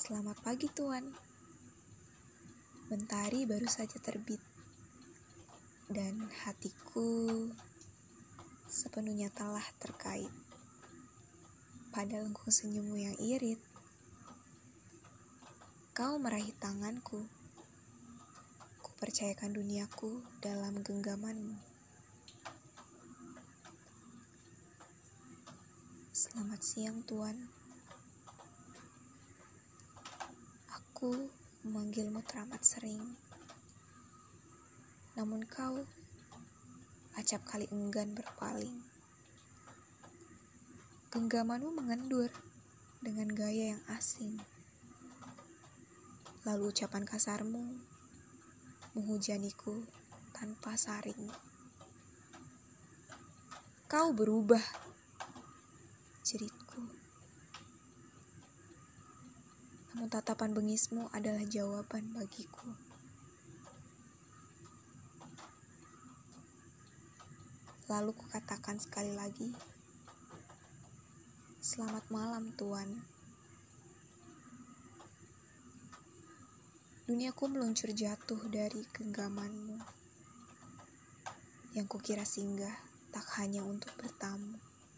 Selamat pagi Tuan. Mentari baru saja terbit dan hatiku sepenuhnya telah terkait pada lengkung senyummu yang irit. Kau meraih tanganku, ku percayakan duniaku dalam genggamanmu. Selamat siang Tuan. Aku memanggilmu teramat sering, namun kau acap kali enggan berpaling. Genggamanmu mengendur dengan gaya yang asing. Lalu ucapan kasarmu menghujaniku tanpa saring. Kau berubah, jeritku. Namun tatapan bengismu adalah jawaban bagiku. Lalu kukatakan sekali lagi, selamat malam Tuan. Duniaku meluncur jatuh dari genggamanmu, yang kukira singgah tak hanya untuk bertamu.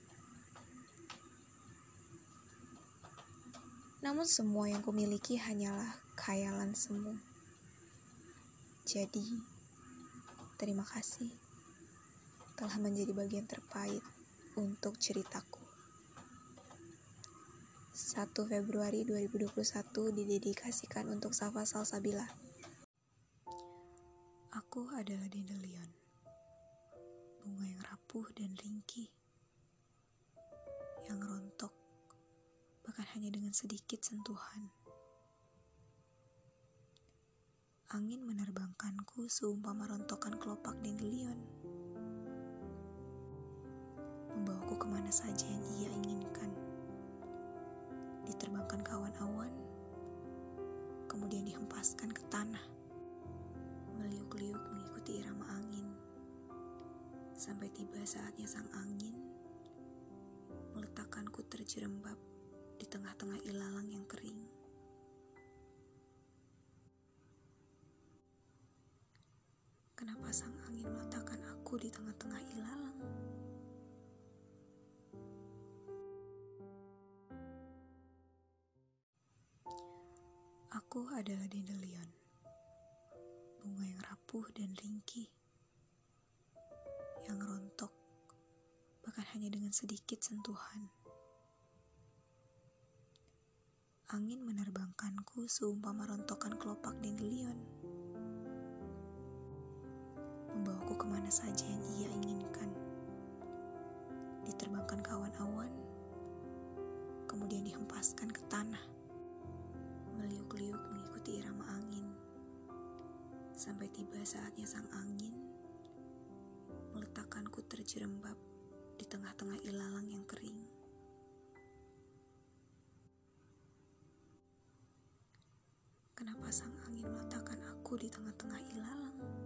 Namun semua yang kumiliki hanyalah khayalan semu. Jadi, terima kasih telah menjadi bagian terpahit untuk ceritaku. 1 Februari 2021 didedikasikan untuk Safa Salsabila. Aku adalah dandelion, bunga yang rapuh dan ringkih, yang rontok bahkan hanya dengan sedikit sentuhan. Angin menerbangkanku seumpama rontokan kelopak dandelion, membawaku kemana saja yang ia inginkan. Diterbangkan ke awan-awan, kemudian dihempaskan ke tanah, meliuk-liuk mengikuti irama angin, sampai tiba saatnya sang angin meletakkanku terjerembab di tengah-tengah ilalang yang kering. Kenapa sang angin meletakkan aku di tengah-tengah ilalang? Aku adalah dandelion, bunga yang rapuh dan ringkih, yang rontok bahkan hanya dengan sedikit sentuhan. Angin menerbangkanku seumpama rontokan kelopak dandelion, membawaku kemana saja yang ia inginkan. Diterbangkan ke awan-awan, kemudian dihempaskan ke tanah, meliuk-liuk mengikuti irama angin, sampai tiba saatnya sang angin meletakkanku terjerembab di tengah-tengah ilalang yang kering. Kenapa sang angin meletakkan aku di tengah-tengah ilalang?